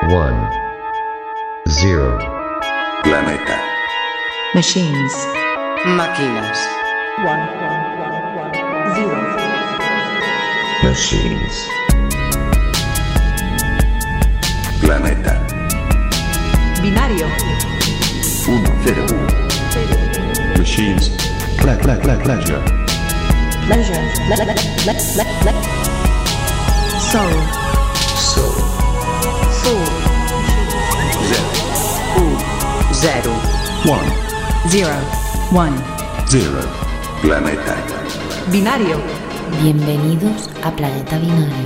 1 0 Planeta. Machines. Máquinas. 1 0 Machines. Planeta. Binario. 1 0 Machines. Pleasure. Pleasure. Soul. Soul. Soul. 0. 1 0 1 0 Planeta. Binario. Bienvenidos a Planeta Binario.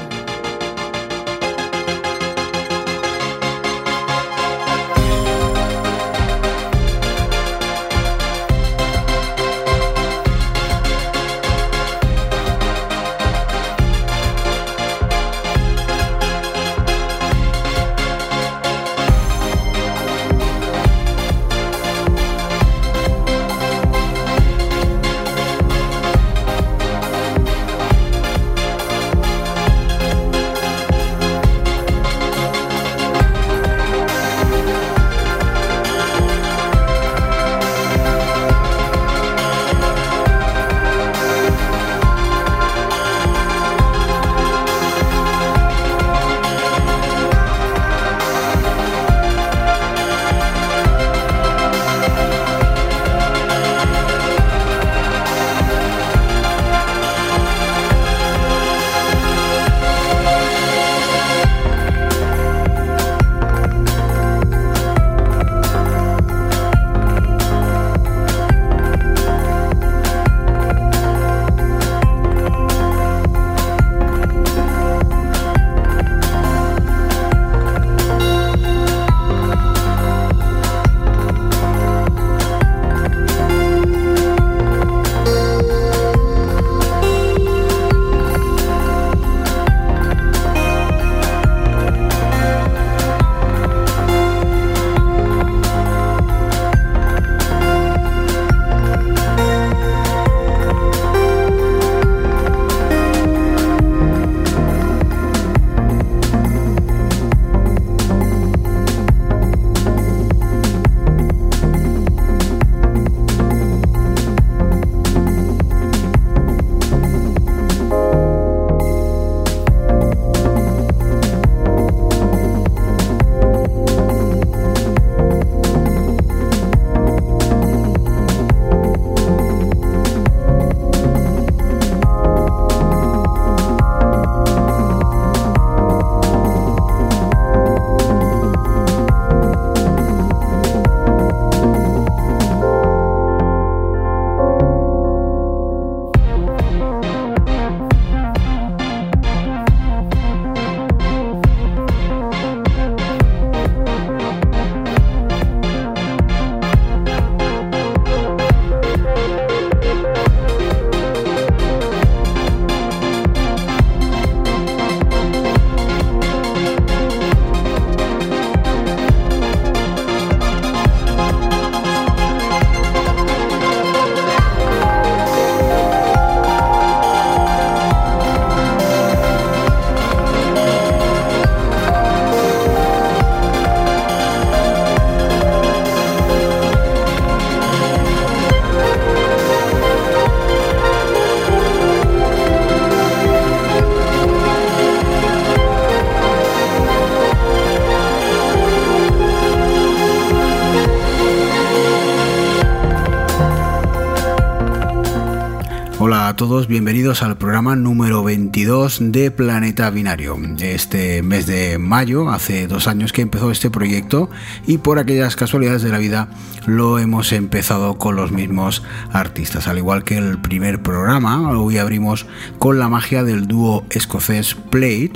Hola a todos, bienvenidos al programa número 22 de Planeta Binario. Este mes de mayo, hace 2 años que empezó este proyecto y por aquellas casualidades de la vida lo hemos empezado con los mismos artistas. Al igual que el primer programa, hoy abrimos con la magia del dúo escocés Plate,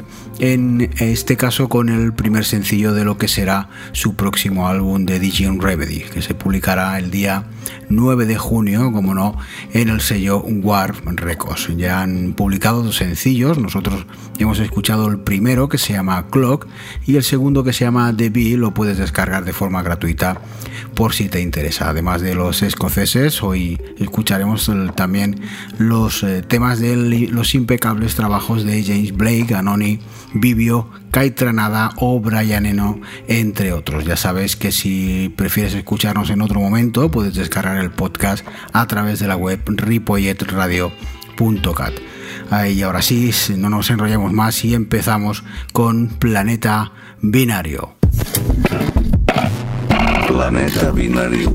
en este caso con el primer sencillo de lo que será su próximo álbum de DJ Remedy, que se publicará el día 9 de junio, como no, en el sello Warp Records. Ya han publicado 2 sencillos, nosotros hemos escuchado el primero, que se llama Clock, y el segundo, que se llama The Bee, lo puedes descargar de forma gratuita por si te interesa. Además de los escoceses, hoy escucharemos también los temas de los impecables trabajos de James Blake, Anony, Vivio, Kaitranada o Brian Eno, entre otros. Ya sabes que si prefieres escucharnos en otro momento, puedes descargar el podcast a través de la web ripolletradio.cat. Y ahora sí, no nos enrollamos más y empezamos con Planeta Binario. Planeta Binario.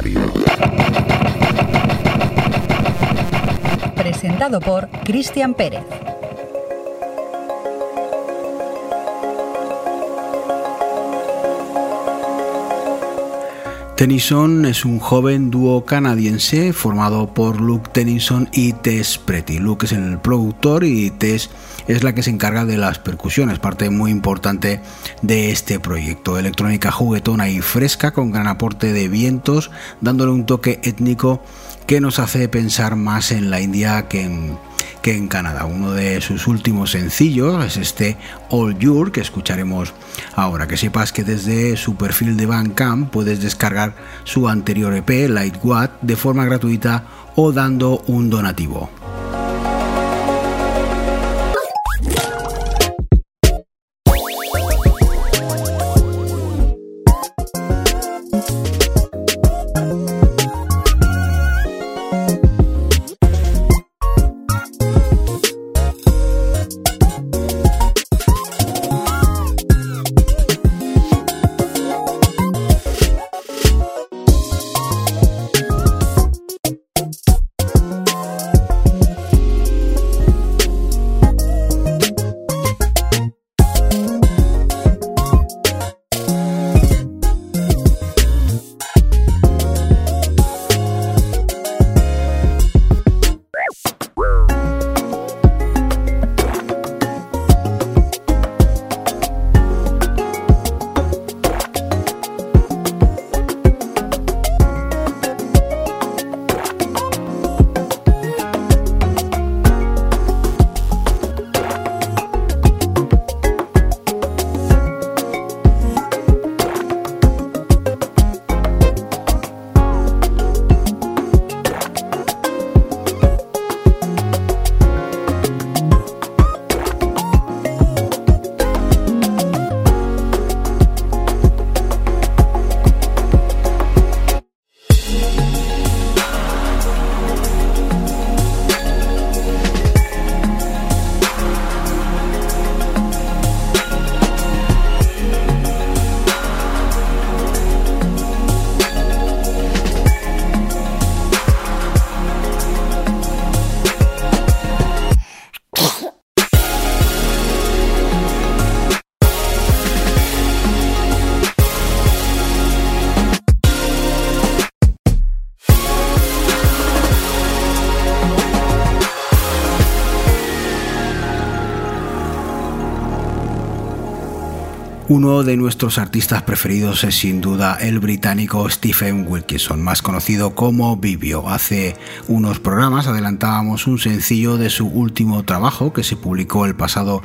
Presentado por Cristian Pérez. Tennyson es un joven dúo canadiense formado por Luke Tennyson y Tess Pretty. Luke es el productor y Tess es la que se encarga de las percusiones, parte muy importante de este proyecto. Electrónica juguetona y fresca con gran aporte de vientos, dándole un toque étnico que nos hace pensar más en la India que en Canadá. Uno de sus últimos sencillos es este All Your, que escucharemos ahora. Que sepas que desde su perfil de Bandcamp puedes descargar su anterior EP, Light Watt, de forma gratuita o dando un donativo. Uno de nuestros artistas preferidos es sin duda el británico Stephen Wilkinson, más conocido como Vivio. Hace unos programas adelantábamos un sencillo de su último trabajo que se publicó el pasado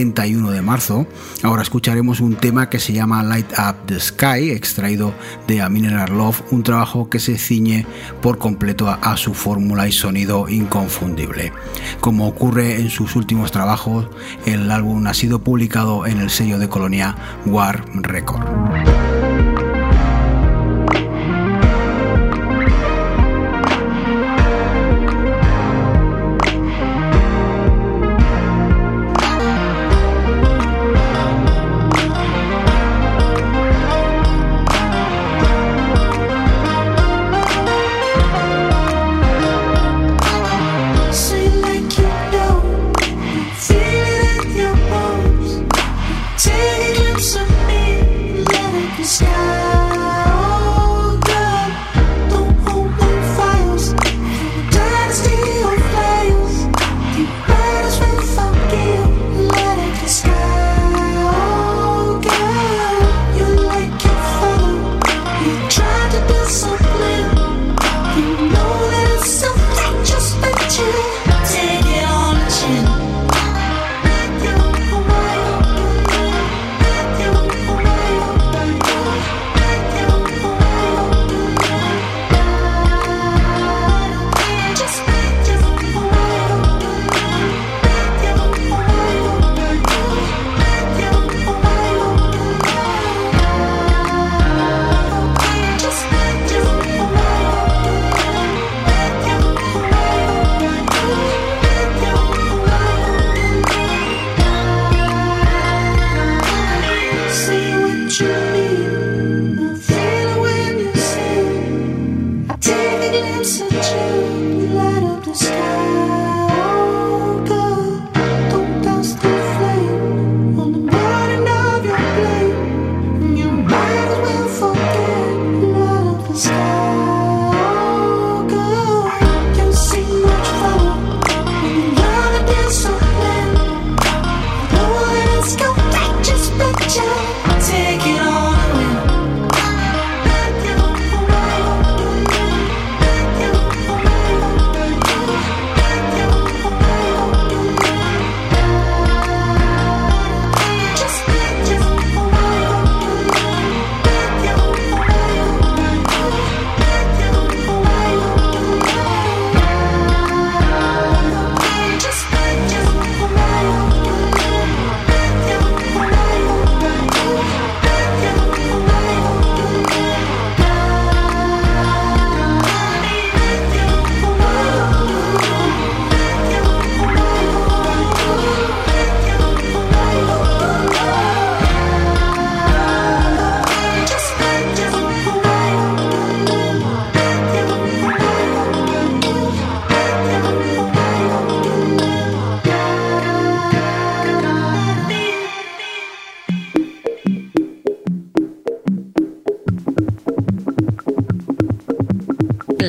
31 de marzo. Ahora escucharemos un tema que se llama Light Up the Sky, extraído de A Mineral Love, un trabajo que se ciñe por completo a su fórmula y sonido inconfundible. Como ocurre en sus últimos trabajos, el álbum ha sido publicado en el sello de Colonia War Record. Take a glimpse of me, let it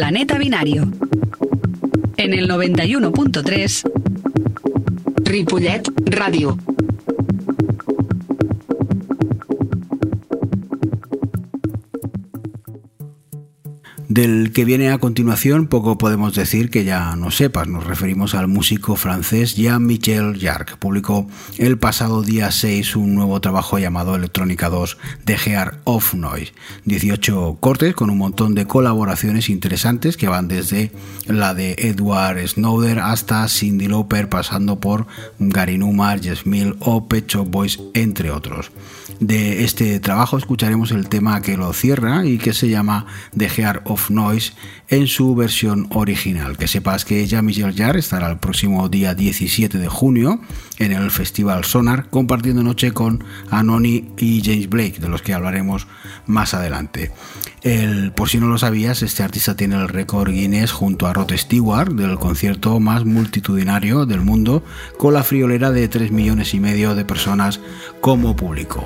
Planeta Binario. En el 91.3 Ripollet Ràdio. Del que viene a continuación poco podemos decir que ya no sepas. Nos referimos al músico francés Jean-Michel Jarre. Publicó el pasado día 6 un nuevo trabajo llamado Electrónica 2 The Heart of Noise. 18 cortes con un montón de colaboraciones interesantes que van desde la de Edward Snowden hasta Cyndi Lauper, pasando por Gary Numan, Jess Mill o Pet Shop Boys, entre otros. De este trabajo escucharemos el tema que lo cierra y que se llama The Heart of Noise en su versión original. Que sepas que Jean-Michel Jarre estará el próximo día 17 de junio en el Festival Sonar compartiendo noche con Anony y James Blake, de los que hablaremos más adelante. Por si no lo sabías, este artista tiene el récord Guinness junto a Rod Stewart del concierto más multitudinario del mundo, con la friolera de 3,5 millones de personas como público.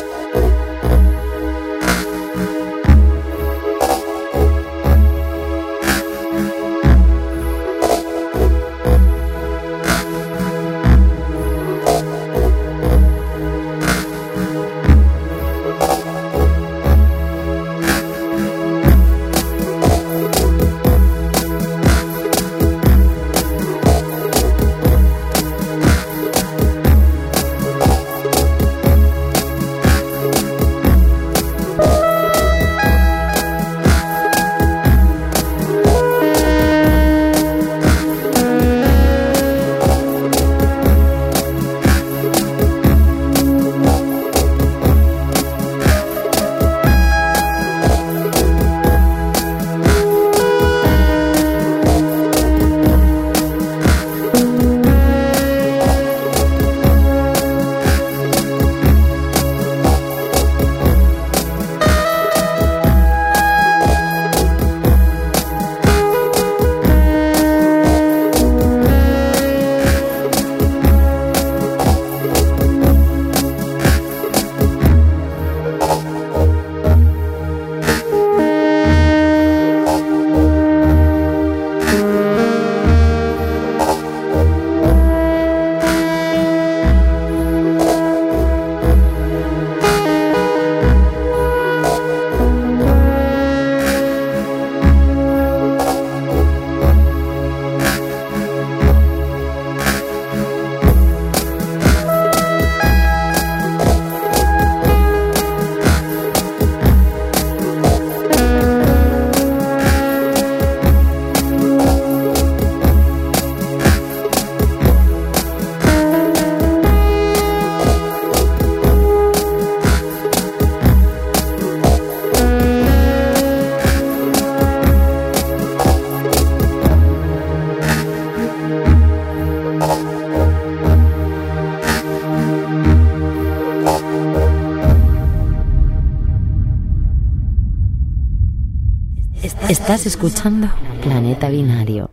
Estás escuchando Planeta Binario.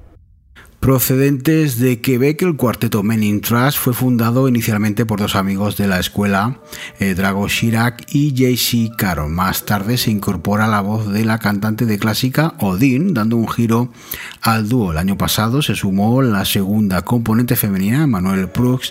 Procedentes de Quebec, el cuarteto Men in Trash fue fundado inicialmente por dos amigos de la escuela, Drago Chirac y JC Caron. Más tarde se incorpora la voz de la cantante de clásica Odin, dando un giro al dúo. El año pasado se sumó la segunda componente femenina, Manuel Prux,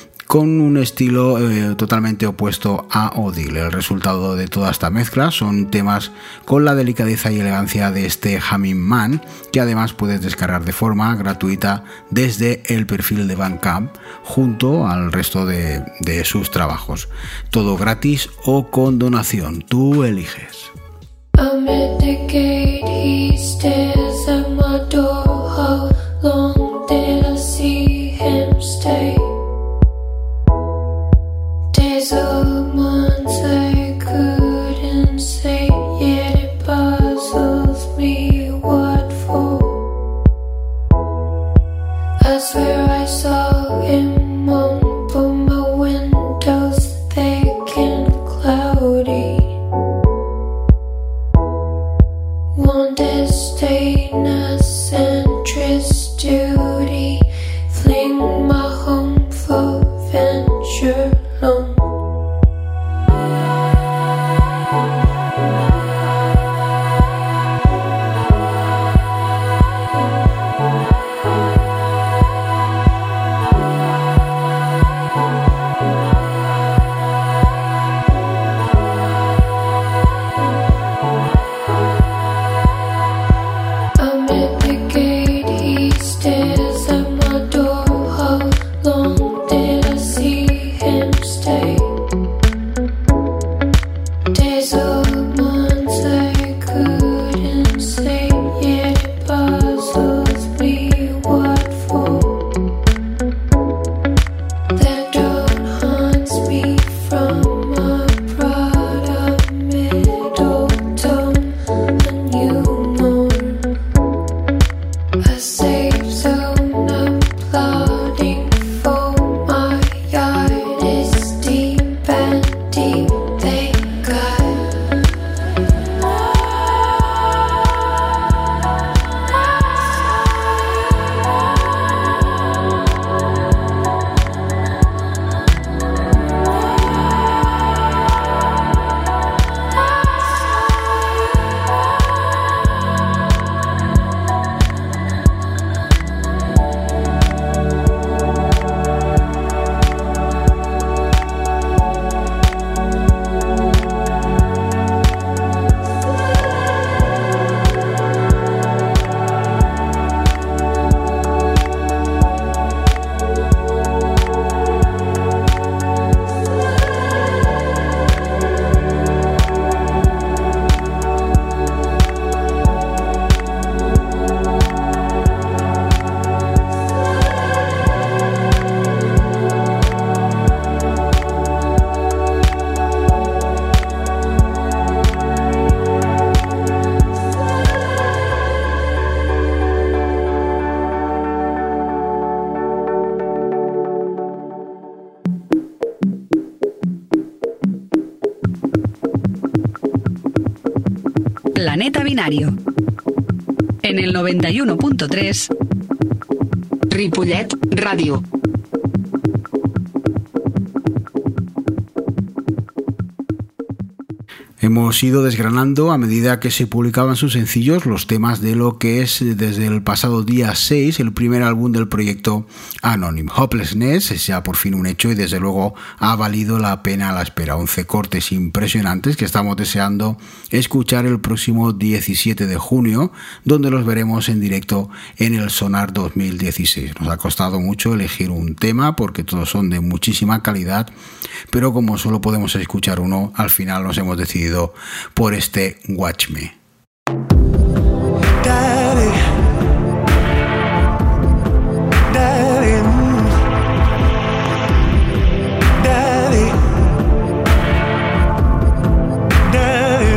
con un estilo totalmente opuesto a Odile. El resultado de toda esta mezcla son temas con la delicadeza y elegancia de este Jamming Man, que además puedes descargar de forma gratuita desde el perfil de Bandcamp junto al resto de sus trabajos. Todo gratis o con donación, tú eliges. I'm at the gate, he stares at my door. How long did I see him stay? Days or months I couldn't say, yet it puzzles me what for. I swear I saw him on but my windows thick and cloudy. One destination, centrist duty, fling my home for venture long. Planeta Binario. En el 91.3 Ripollet Ràdio. Hemos ido desgranando a medida que se publicaban sus sencillos los temas de lo que es desde el pasado día 6 el primer álbum del proyecto Anonym. Hopelessness es ya por fin un hecho y desde luego ha valido la pena la espera. 11 cortes impresionantes que estamos deseando escuchar el próximo 17 de junio, donde los veremos en directo en el Sonar 2016. Nos ha costado mucho elegir un tema porque todos son de muchísima calidad, pero como solo podemos escuchar uno, al final nos hemos decidido por este Watch Me. Daddy, Daddy, Daddy, Daddy,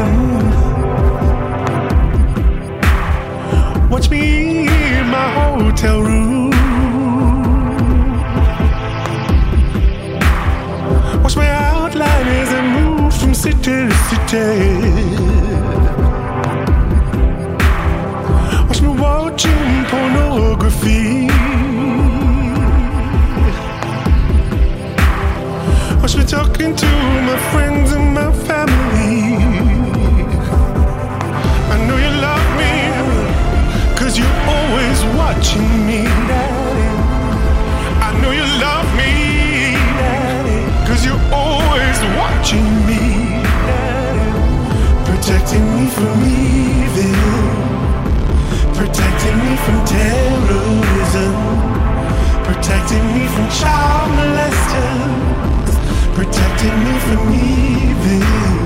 watch me in my hotel room. Watch my outline as I move from city to city. Watch me watching pornography. Watch me talking to my friends and my family. I know you love me, 'cause you're always watching me. I know you love me, 'cause you're always watching me. Protecting me from evil, protecting me from terrorism, protecting me from child molesters, protecting me from evil.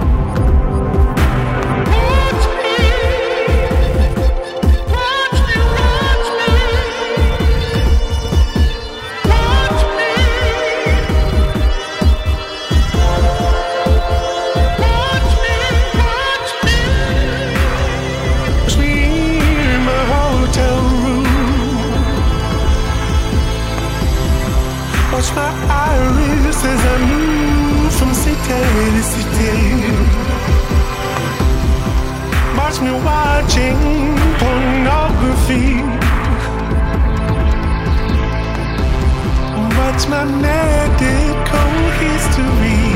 Watch my iris as I move from city to city. Watch me watching pornography. Watch my medical history.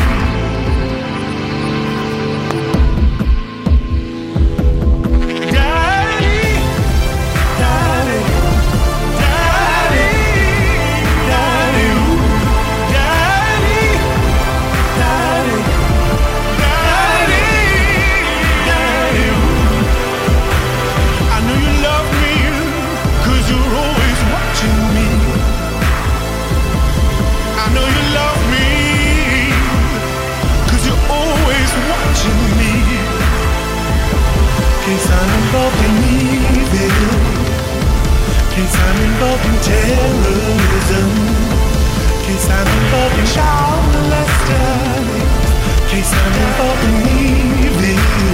I'm involved in evil, case I'm involved in terrorism, case I'm involved in child molesters, case I'm involved in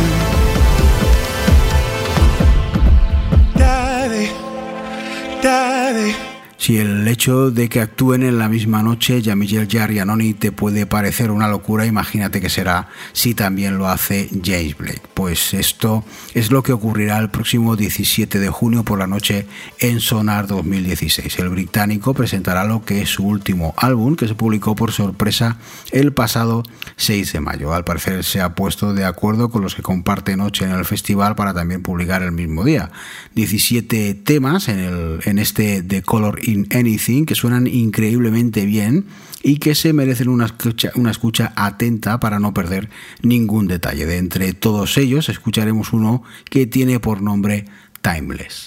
evil. Daddy, Daddy. Si el hecho de que actúen en la misma noche Jean-Michel Jarre y Anohni te puede parecer una locura, imagínate que será si también lo hace James Blake. Pues esto es lo que ocurrirá el próximo 17 de junio por la noche en Sonar 2016. El británico presentará lo que es su último álbum, que se publicó por sorpresa el pasado 6 de mayo. Al parecer se ha puesto de acuerdo con los que comparte noche en el festival para también publicar el mismo día. 17 temas en este The Color in Anything que suenan increíblemente bien y que se merecen una escucha atenta para no perder ningún detalle. De entre todos ellos escucharemos uno que tiene por nombre Timeless.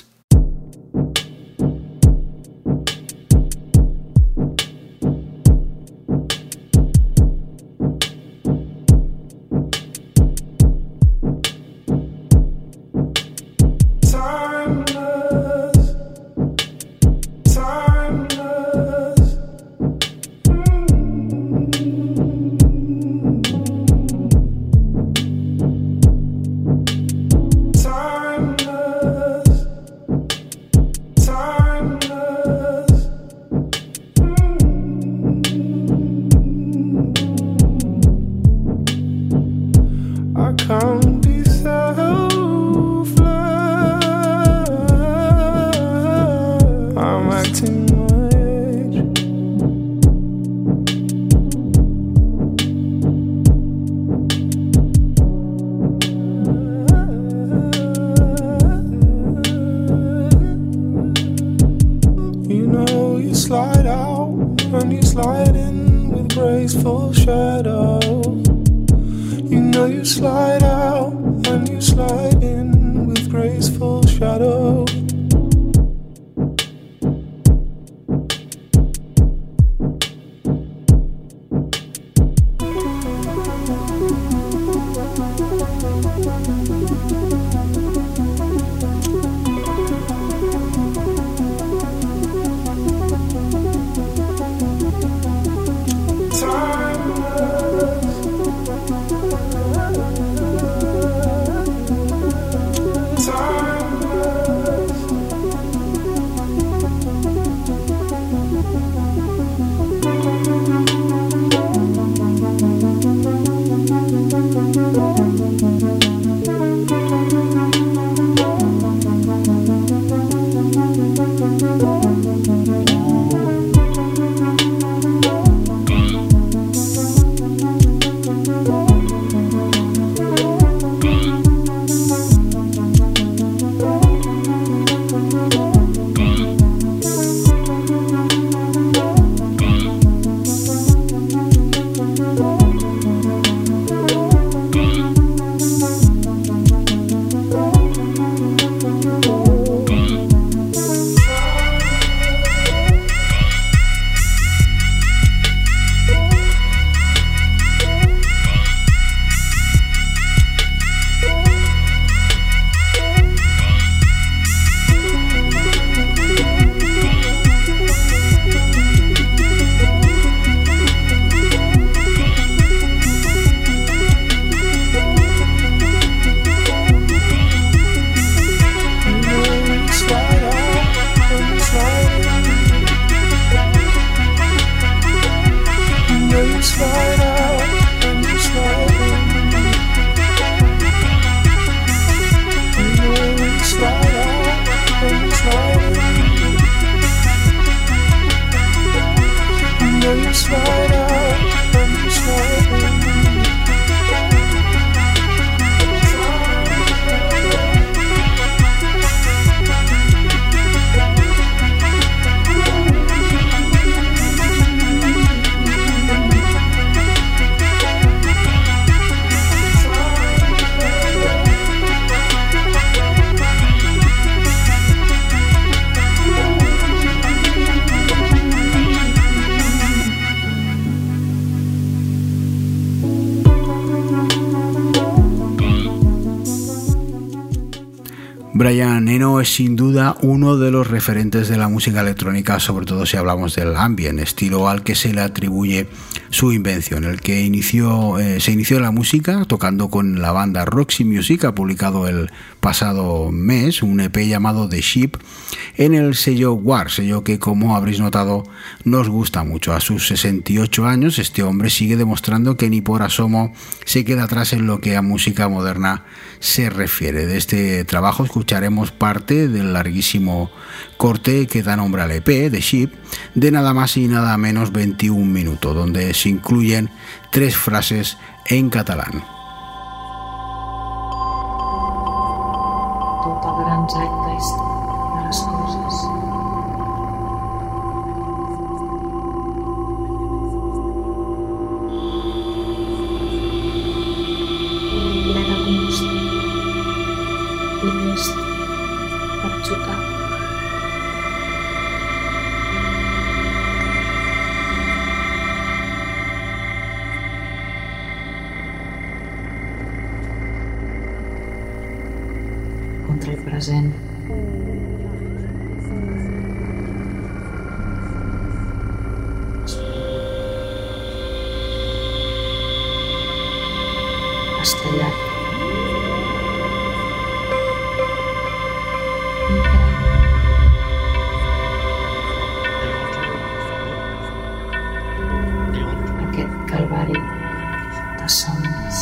shadow. You know you slide out and you slide in with graceful shadow. Brian Eno es sin duda uno de los referentes de la música electrónica, sobre todo si hablamos del ambient, estilo al que se le atribuye su invención. El que se inició en la música tocando con la banda Roxy Music, ha publicado el pasado mes un EP llamado The Ship en el sello War, sello que, como habréis notado, nos gusta mucho. A sus 68 años este hombre sigue demostrando que ni por asomo se queda atrás en lo que a música moderna se refiere. De este trabajo escucharemos parte del larguísimo corte que da nombre al EP The Ship, de nada más y nada menos 21 minutos, donde se incluyen 3 frases en catalán. Tot el gran zeitgeist de les coses. Ple de combustió i llest per xocar. Contra el present. Estrellat. Aquest calvari de somnis.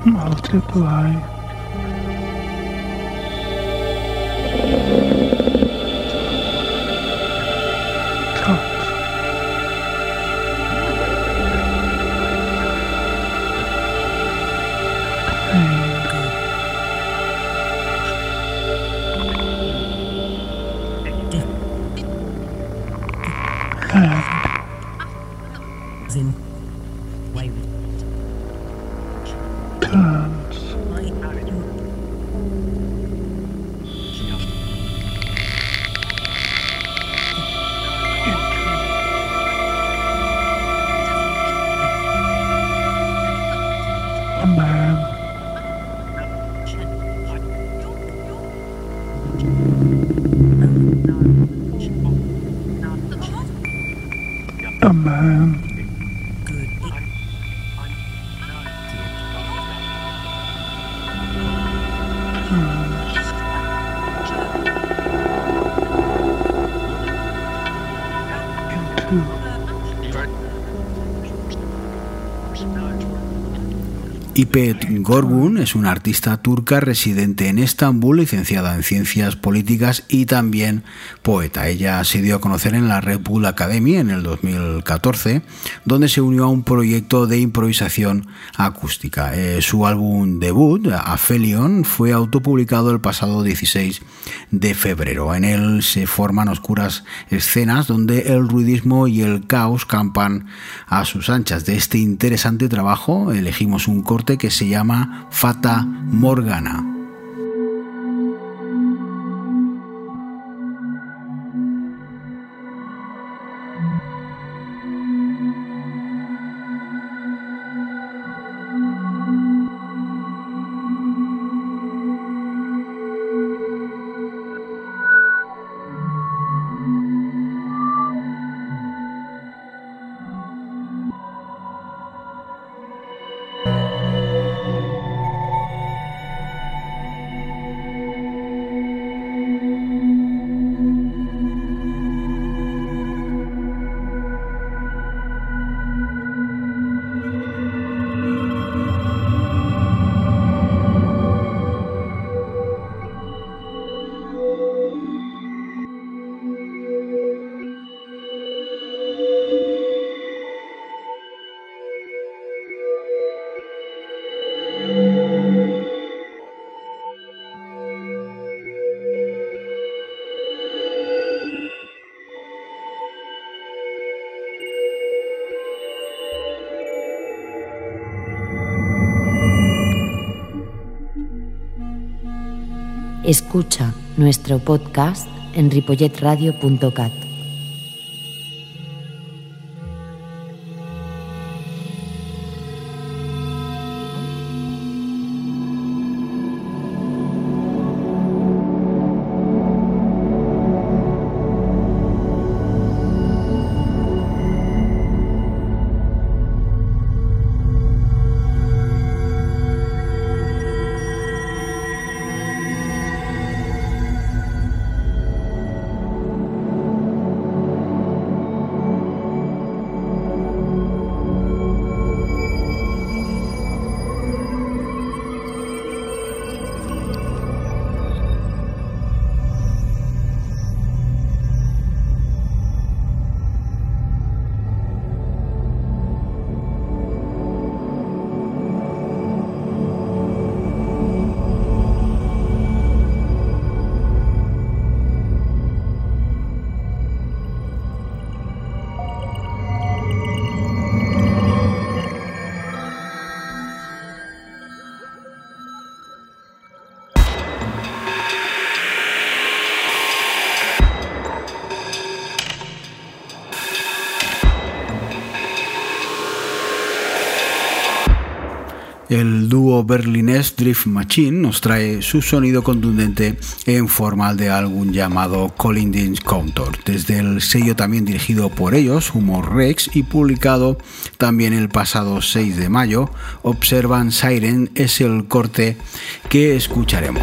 multiply. Touch. Pain. Hand. Turns. A man. A man. İpek Gorgun es una artista turca residente en Estambul, licenciada en Ciencias Políticas y también poeta. Ella se dio a conocer en la Red Bull Academy en el 2014, donde se unió a un proyecto de improvisación acústica. Su álbum debut, Aphelion, fue autopublicado el pasado 16 de febrero. En él se forman oscuras escenas donde el ruidismo y el caos campan a sus anchas. De este interesante trabajo elegimos un corte que se llama Fata Morgana. Escucha nuestro podcast en ripolletradio.cat. El dúo berlinés Drift Machine nos trae su sonido contundente en forma de álbum llamado Colliding Counter, desde el sello también dirigido por ellos, Humor Rex, y publicado también el pasado 6 de mayo. Observan Siren es el corte que escucharemos.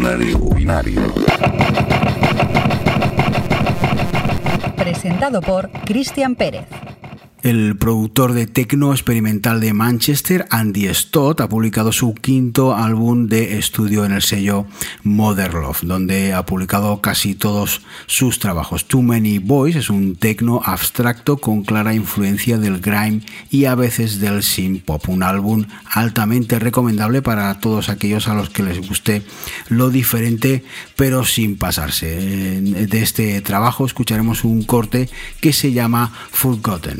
Binario. Presentado por Cristian Pérez. El productor de techno experimental de Manchester, Andy Stott, ha publicado su quinto álbum de estudio en el sello Mother Love, donde ha publicado casi todos sus trabajos. Too Many Boys es un techno abstracto con clara influencia del grime y a veces del synth pop, un álbum altamente recomendable para todos aquellos a los que les guste lo diferente pero sin pasarse. De este trabajo escucharemos un corte que se llama Forgotten.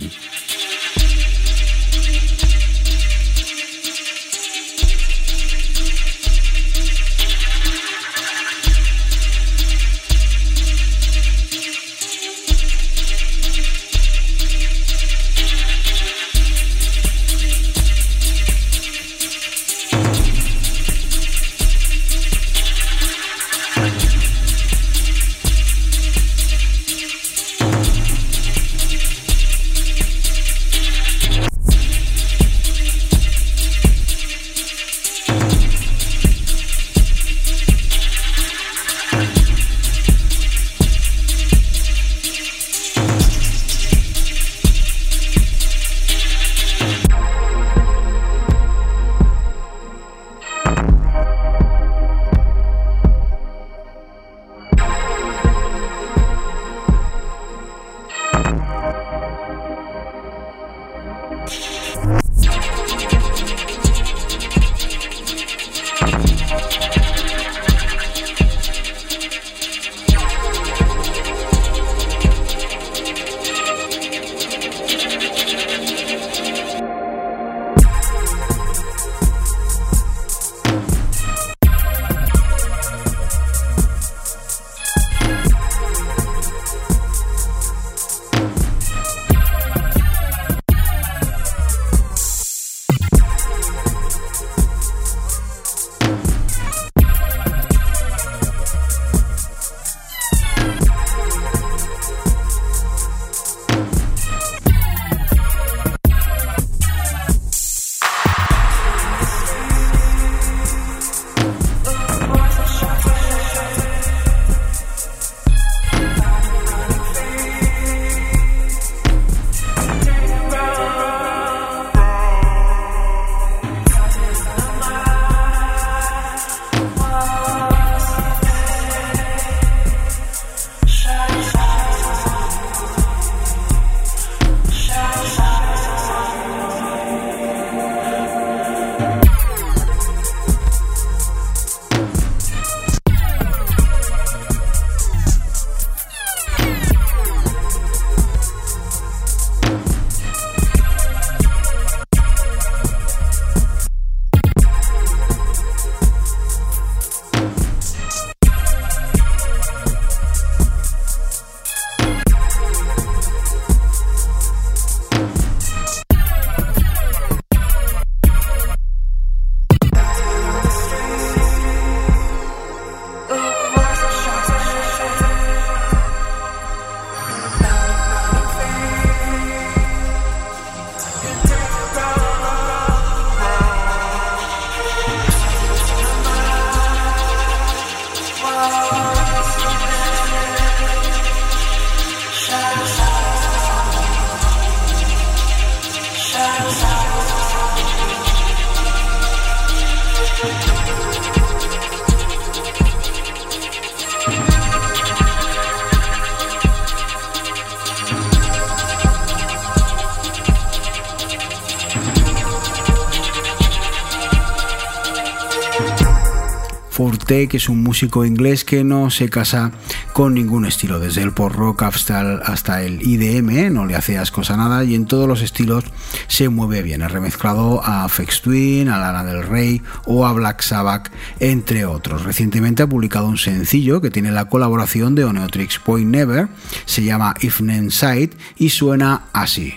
Forte, que es un músico inglés que no se casa con ningún estilo, desde el pop rock hasta el IDM, no le hace ascos a nada y en todos los estilos se mueve bien. Ha remezclado a Aphex Twin, a Lana Del Rey o a Black Sabbath, entre otros. Recientemente ha publicado un sencillo que tiene la colaboración de Oneotrix Point Never, se llama Evening Sight y suena así.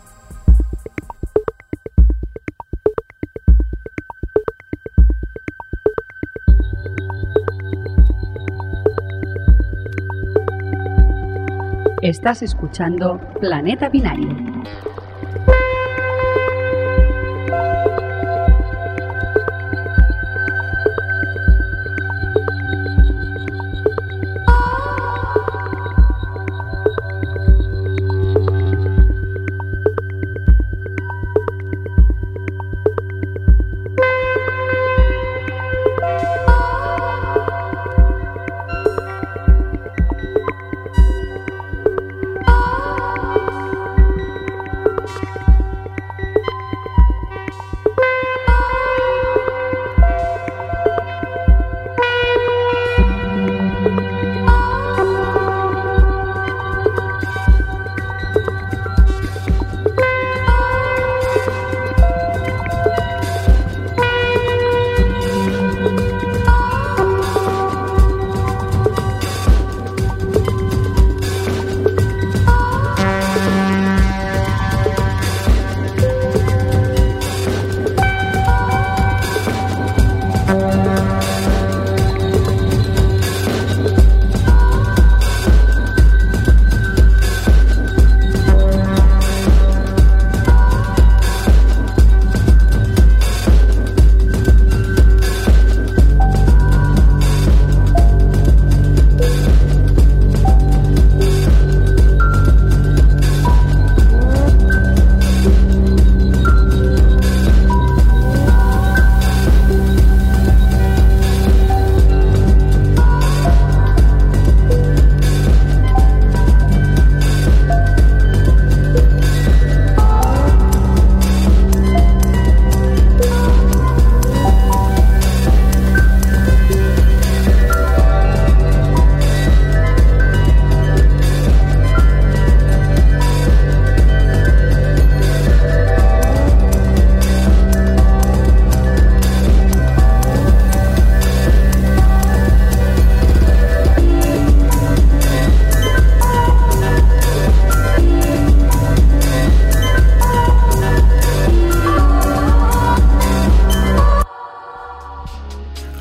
Estás escuchando Planeta Binario.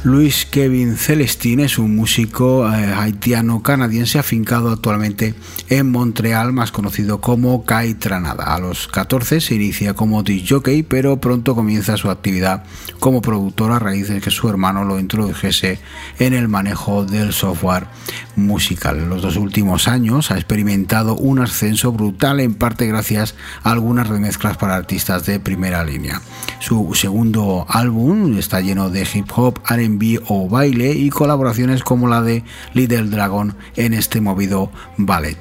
Luis Kevin Celestin es un músico haitiano-canadiense afincado actualmente en Montreal, más conocido como Kai Tranada. A los 14 se inicia como disc jockey, pero pronto comienza su actividad como productor a raíz de que su hermano lo introdujese en el manejo del software musical. En los 2 últimos años ha experimentado un ascenso brutal, en parte gracias a algunas remezclas para artistas de primera línea. Su segundo álbum está lleno de hip hop, R&B o baile y colaboraciones como la de Little Dragon en este movido ballet.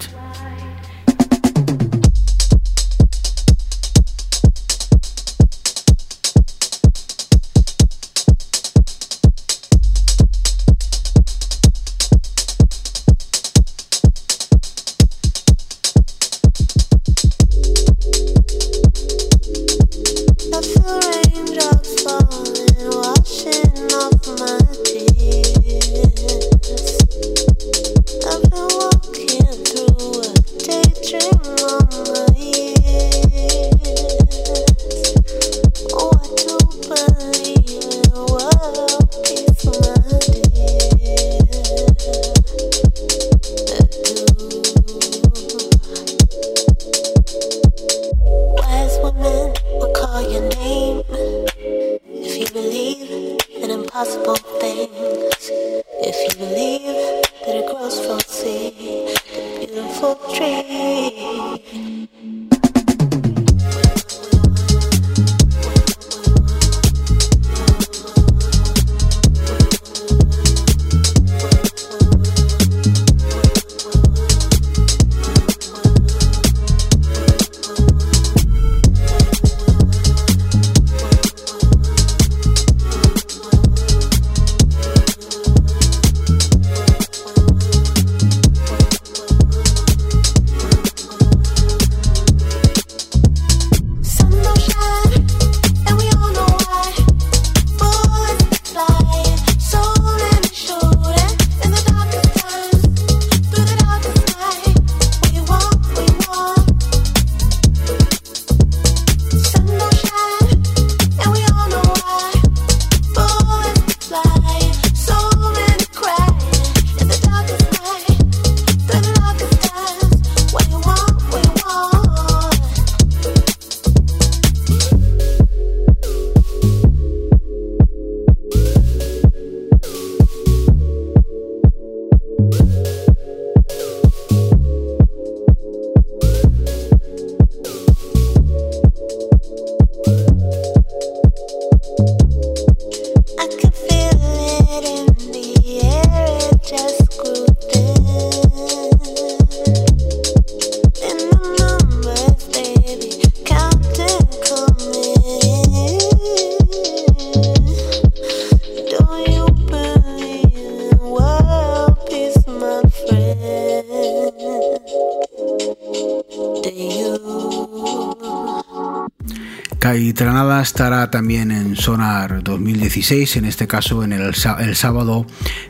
Kai Tranada estará también en Sonar 2016, en este caso en el sábado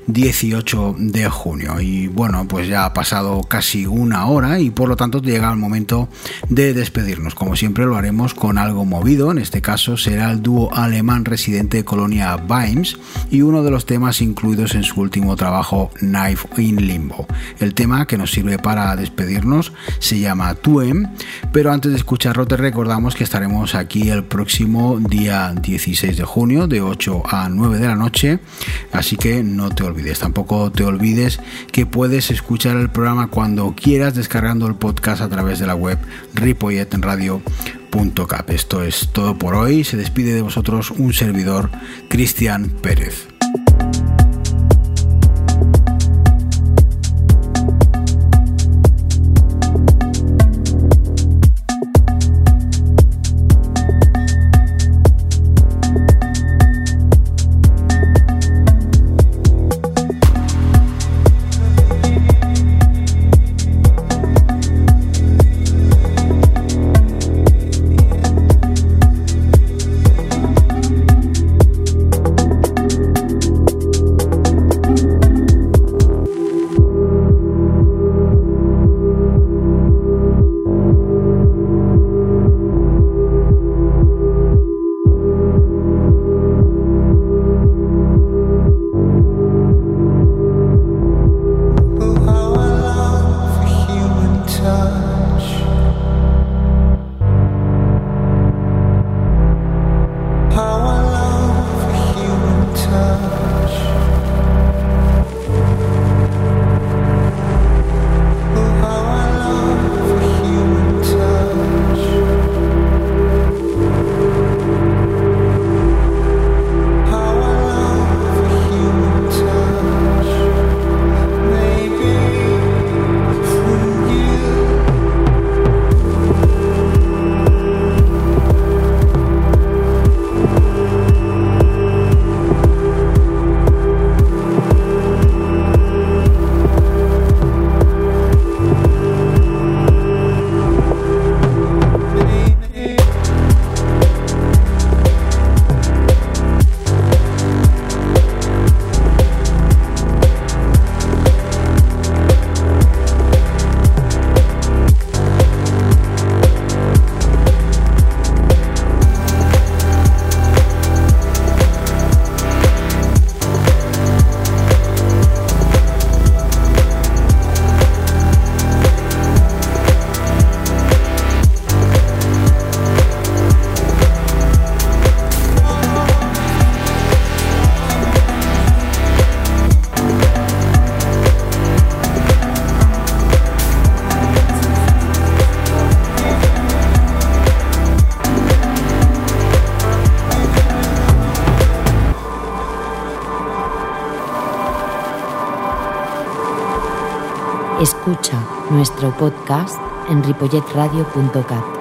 18 de junio. Y bueno, pues ya ha pasado casi una hora y por lo tanto llega el momento de despedirnos. Como siempre lo haremos con algo movido, en este caso será el dúo alemán residente de Colonia Vimes y uno de los temas incluidos en su último trabajo Knife in Limbo. El tema que nos sirve para despedirnos se llama Tuem, pero antes de escucharlo te recordamos que estaremos aquí el próximo día 16 de junio de 8 a 9 de la noche, así que no te olvides. Tampoco te olvides que puedes escuchar el programa cuando quieras descargando el podcast a través de la web ripolletradio.cat. Esto es todo por hoy. Se despide de vosotros un servidor, Cristian Pérez. Escucha nuestro podcast en ripolletradio.cat.